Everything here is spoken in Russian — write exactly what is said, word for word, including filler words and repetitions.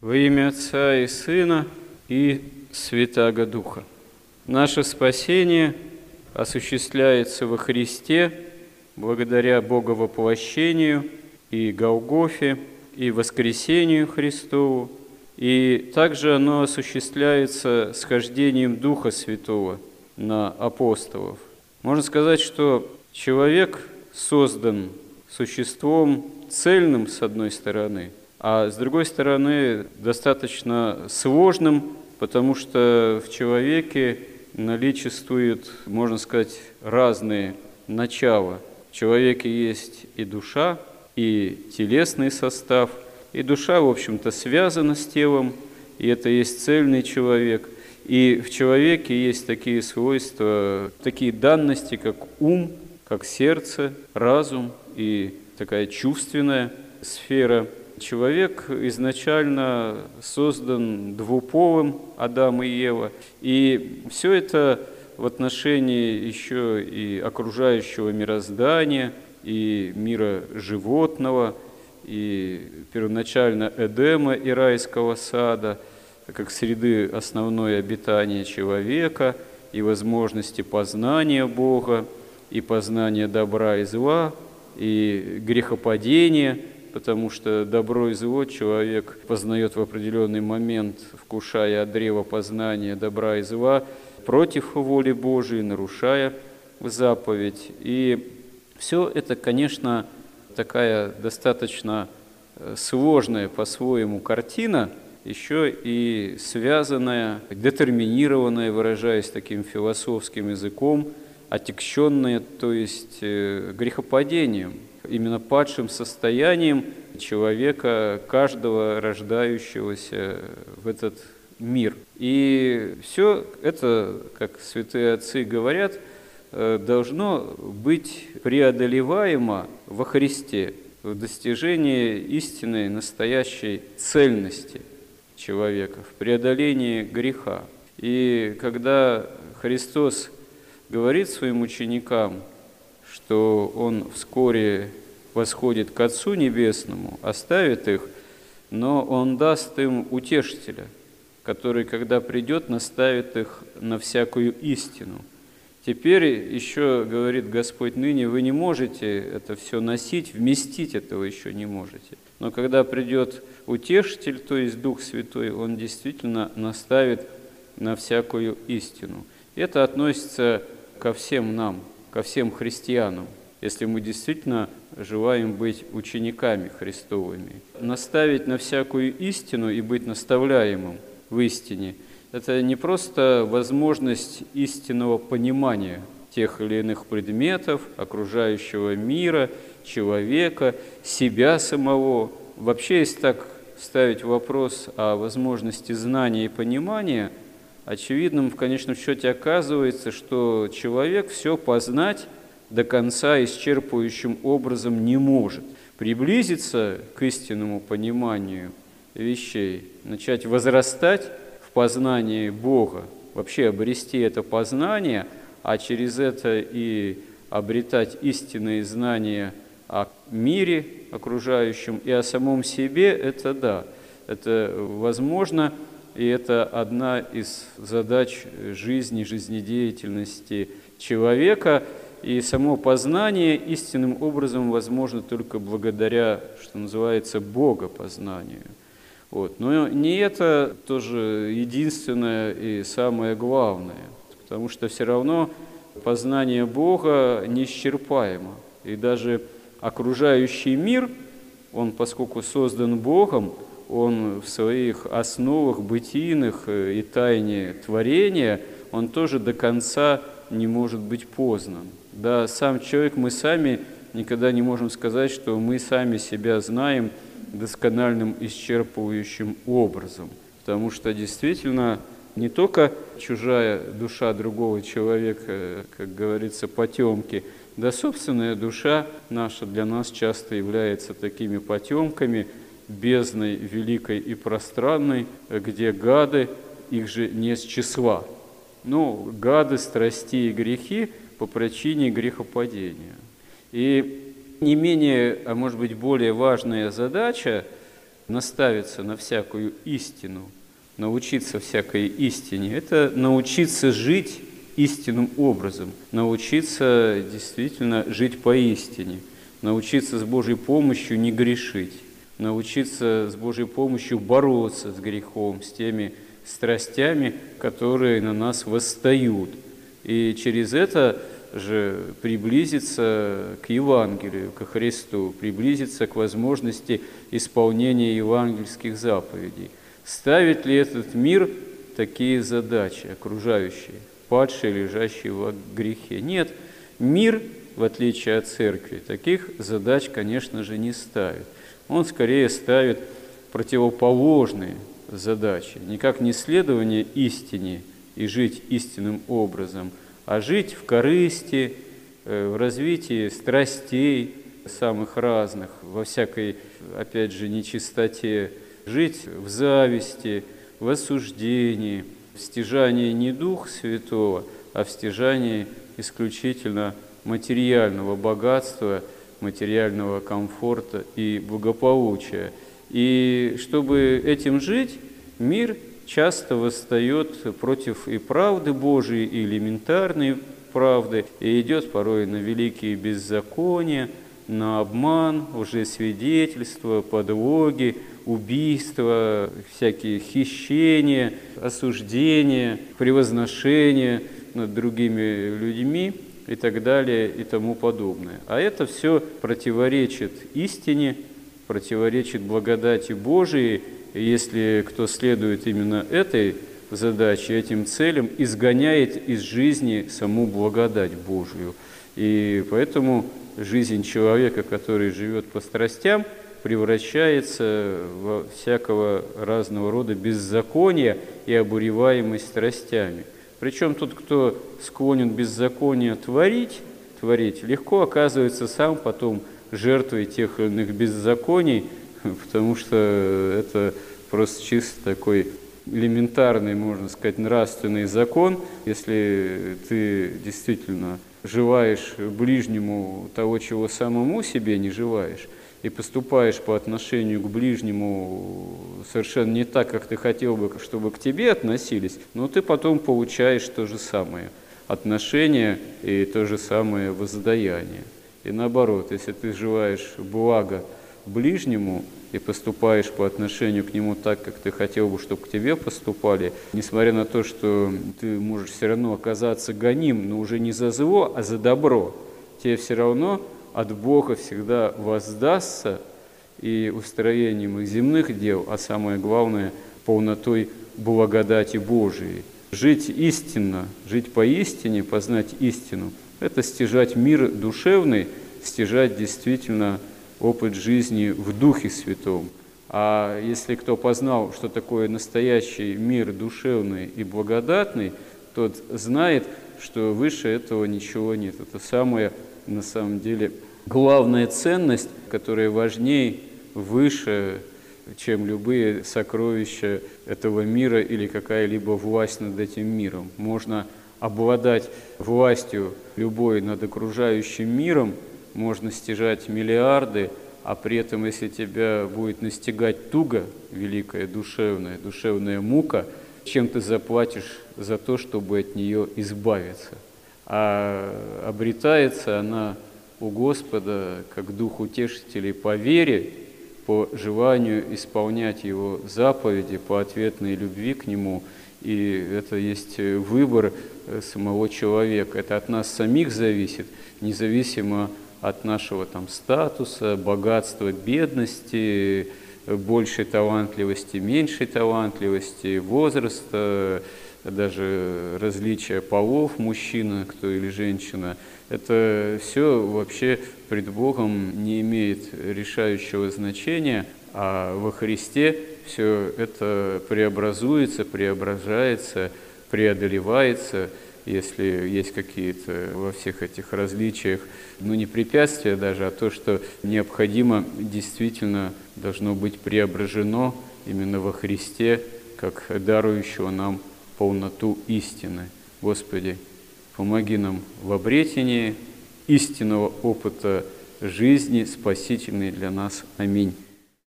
Во имя Отца и Сына и Святаго Духа. Наше спасение осуществляется во Христе благодаря Боговоплощению и Голгофе, и воскресению Христову, и также оно осуществляется схождением Духа Святого на апостолов. Можно сказать, что человек создан существом цельным, с одной стороны, а с другой стороны достаточно сложным, потому что в человеке наличествуют, можно сказать, разные начала. В человеке есть и душа, и телесный состав, и душа, в общем-то, связана с телом, и это есть цельный человек. И в человеке есть такие свойства, такие данности, как ум, как сердце, разум и такая чувственная сфера. Человек изначально создан двуполым, Адам и Ева, и все это в отношении еще и окружающего мироздания, и мира животного, и первоначально Эдема и райского сада, как среды основное обитания человека, и возможности познания Бога, и познания добра и зла, и грехопадения, потому что добро и зло человек познает в определенный момент, вкушая от древа познания добра и зла, против воли Божией, нарушая заповедь. И все это, конечно, такая достаточно сложная по-своему картина, еще и связанная, детерминированная, выражаясь таким философским языком, отягченная, то есть грехопадением, именно падшим состоянием человека, каждого рождающегося в этот мир. И все это, как святые отцы говорят, должно быть преодолеваемо во Христе в достижении истинной, настоящей цельности человека, в преодолении греха. И когда Христос говорит своим ученикам, что Он вскоре восходит к Отцу Небесному, оставит их, но Он даст им утешителя, который, когда придет, наставит их на всякую истину. Теперь еще, говорит Господь, ныне вы не можете это все носить, вместить этого еще не можете. Но когда придет утешитель, то есть Дух Святой, Он действительно наставит на всякую истину. И это относится ко всем нам, ко всем христианам, если мы действительно желаем быть учениками Христовыми. Наставить на всякую истину и быть наставляемым в истине – это не просто возможность истинного понимания тех или иных предметов, окружающего мира, человека, себя самого. Вообще, если так ставить вопрос о возможности знания и понимания, очевидным в конечном счете оказывается, что человек все познать до конца исчерпывающим образом не может. Приблизиться к истинному пониманию вещей, начать возрастать в познании Бога, вообще обрести это познание, а через это и обретать истинные знания о мире окружающем и о самом себе, это да, это возможно. И это одна из задач жизни, жизнедеятельности человека. И само познание истинным образом возможно только благодаря, что называется, богопознанию. Вот. Но не это тоже единственное и самое главное, потому что все равно познание Бога неисчерпаемо. И даже окружающий мир, он, поскольку создан Богом, он в своих основах бытийных и тайне творения, он тоже до конца не может быть познан. Да, сам человек, мы сами никогда не можем сказать, что мы сами себя знаем доскональным, исчерпывающим образом, потому что действительно не только чужая душа другого человека, как говорится, потемки, да собственная душа наша для нас часто является такими потемками, бездной великой и пространной, где гады, их же не с числа. Ну, гады, страсти и грехи по причине грехопадения. И не менее, а может быть более важная задача наставиться на всякую истину, научиться всякой истине, это научиться жить истинным образом, научиться действительно жить поистине, научиться с Божьей помощью не грешить, научиться с Божьей помощью бороться с грехом, с теми страстями, которые на нас восстают. И через это же приблизиться к Евангелию, ко Христу, приблизиться к возможности исполнения евангельских заповедей. Ставит ли этот мир такие задачи окружающие, падшие, лежащие во грехе? Нет, мир, в отличие от церкви, таких задач, конечно же, не ставит. Он скорее ставит противоположные задачи, никак не следование истине и жить истинным образом, а жить в корысти, в развитии страстей самых разных, во всякой, опять же, нечистоте, жить в зависти, в осуждении, в стяжании не Духа Святого, а в стяжании исключительно материального богатства, материального комфорта и благополучия. И чтобы этим жить, мир часто восстает против и правды Божией, и элементарной правды, и идет порой на великие беззакония, на обман, лжесвидетельства, подлоги, убийства, всякие хищения, осуждения, превозношения над другими людьми и так далее и тому подобное. А это все противоречит истине, противоречит благодати Божией. И если кто следует именно этой задаче, этим целям, изгоняет из жизни саму благодать Божию. И поэтому жизнь человека, который живет по страстям, превращается во всякого разного рода беззакония и обуреваемость страстями. Причем тот, кто склонен беззаконие творить, творить, легко оказывается сам потом жертвой тех или иных беззаконий, потому что это просто чисто такой элементарный, можно сказать, нравственный закон. Если ты действительно желаешь ближнему того, чего самому себе не желаешь, и поступаешь по отношению к ближнему совершенно не так, как ты хотел бы, чтобы к тебе относились, но ты потом получаешь то же самое отношение и то же самое воздаяние. И наоборот, если ты желаешь блага ближнему и поступаешь по отношению к нему так, как ты хотел бы, чтобы к тебе поступали, несмотря на то, что ты можешь все равно оказаться гоним, но уже не за зло, а за добро, тебе все равно от Бога всегда воздастся и устроением их земных дел, а самое главное – полнотой благодати Божией. Жить истинно, жить поистине, познать истину – это стяжать мир душевный, стяжать действительно опыт жизни в Духе Святом. А если кто познал, что такое настоящий мир душевный и благодатный, тот знает, что выше этого ничего нет. Это самая, на самом деле, главная ценность, которая важнее, выше, чем любые сокровища этого мира или какая-либо власть над этим миром. Можно обладать властью любой над окружающим миром, можно стяжать миллиарды, а при этом, если тебя будет настигать туга, великая душевная, душевная мука, чем ты заплатишь за то, чтобы от нее избавиться? А обретается она у Господа как дух утешителей по вере, по желанию исполнять Его заповеди, по ответной любви к Нему. И это есть выбор самого человека. Это от нас самих зависит, независимо от нашего там статуса, богатства, бедности, большей талантливости, меньшей талантливости, возраста, даже различия полов, мужчина кто или женщина. Это все вообще пред Богом не имеет решающего значения, а во Христе все это преобразуется, преображается, преодолевается, если есть какие-то во всех этих различиях, ну не препятствия даже, а то, что необходимо, действительно должно быть преображено именно во Христе, как дарующего нам полноту истины. Господи, помоги нам в обретении истинного опыта жизни, спасительной для нас. Аминь.